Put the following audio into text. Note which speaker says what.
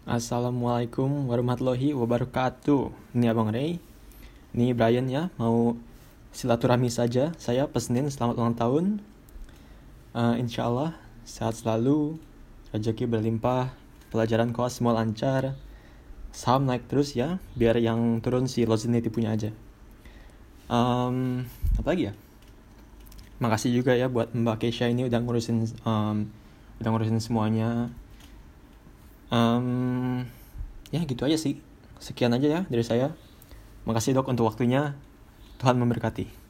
Speaker 1: Assalamualaikum warahmatullahi wabarakatuh. Ini Abang Ray. Ini Brian ya. Mau silaturahmi saja. Saya pesenin selamat ulang tahun. Insya Allah sehat selalu, rezeki berlimpah, pelajaran koas semua lancar, saham naik terus ya. Biar yang turun si Lozinity punya aja. Apa lagi ya? Makasih juga ya buat Mbak Keisha ini udah ngurusin semuanya. Ya gitu aja sih. Sekian aja ya dari saya. Makasih dok untuk waktunya. Tuhan memberkati.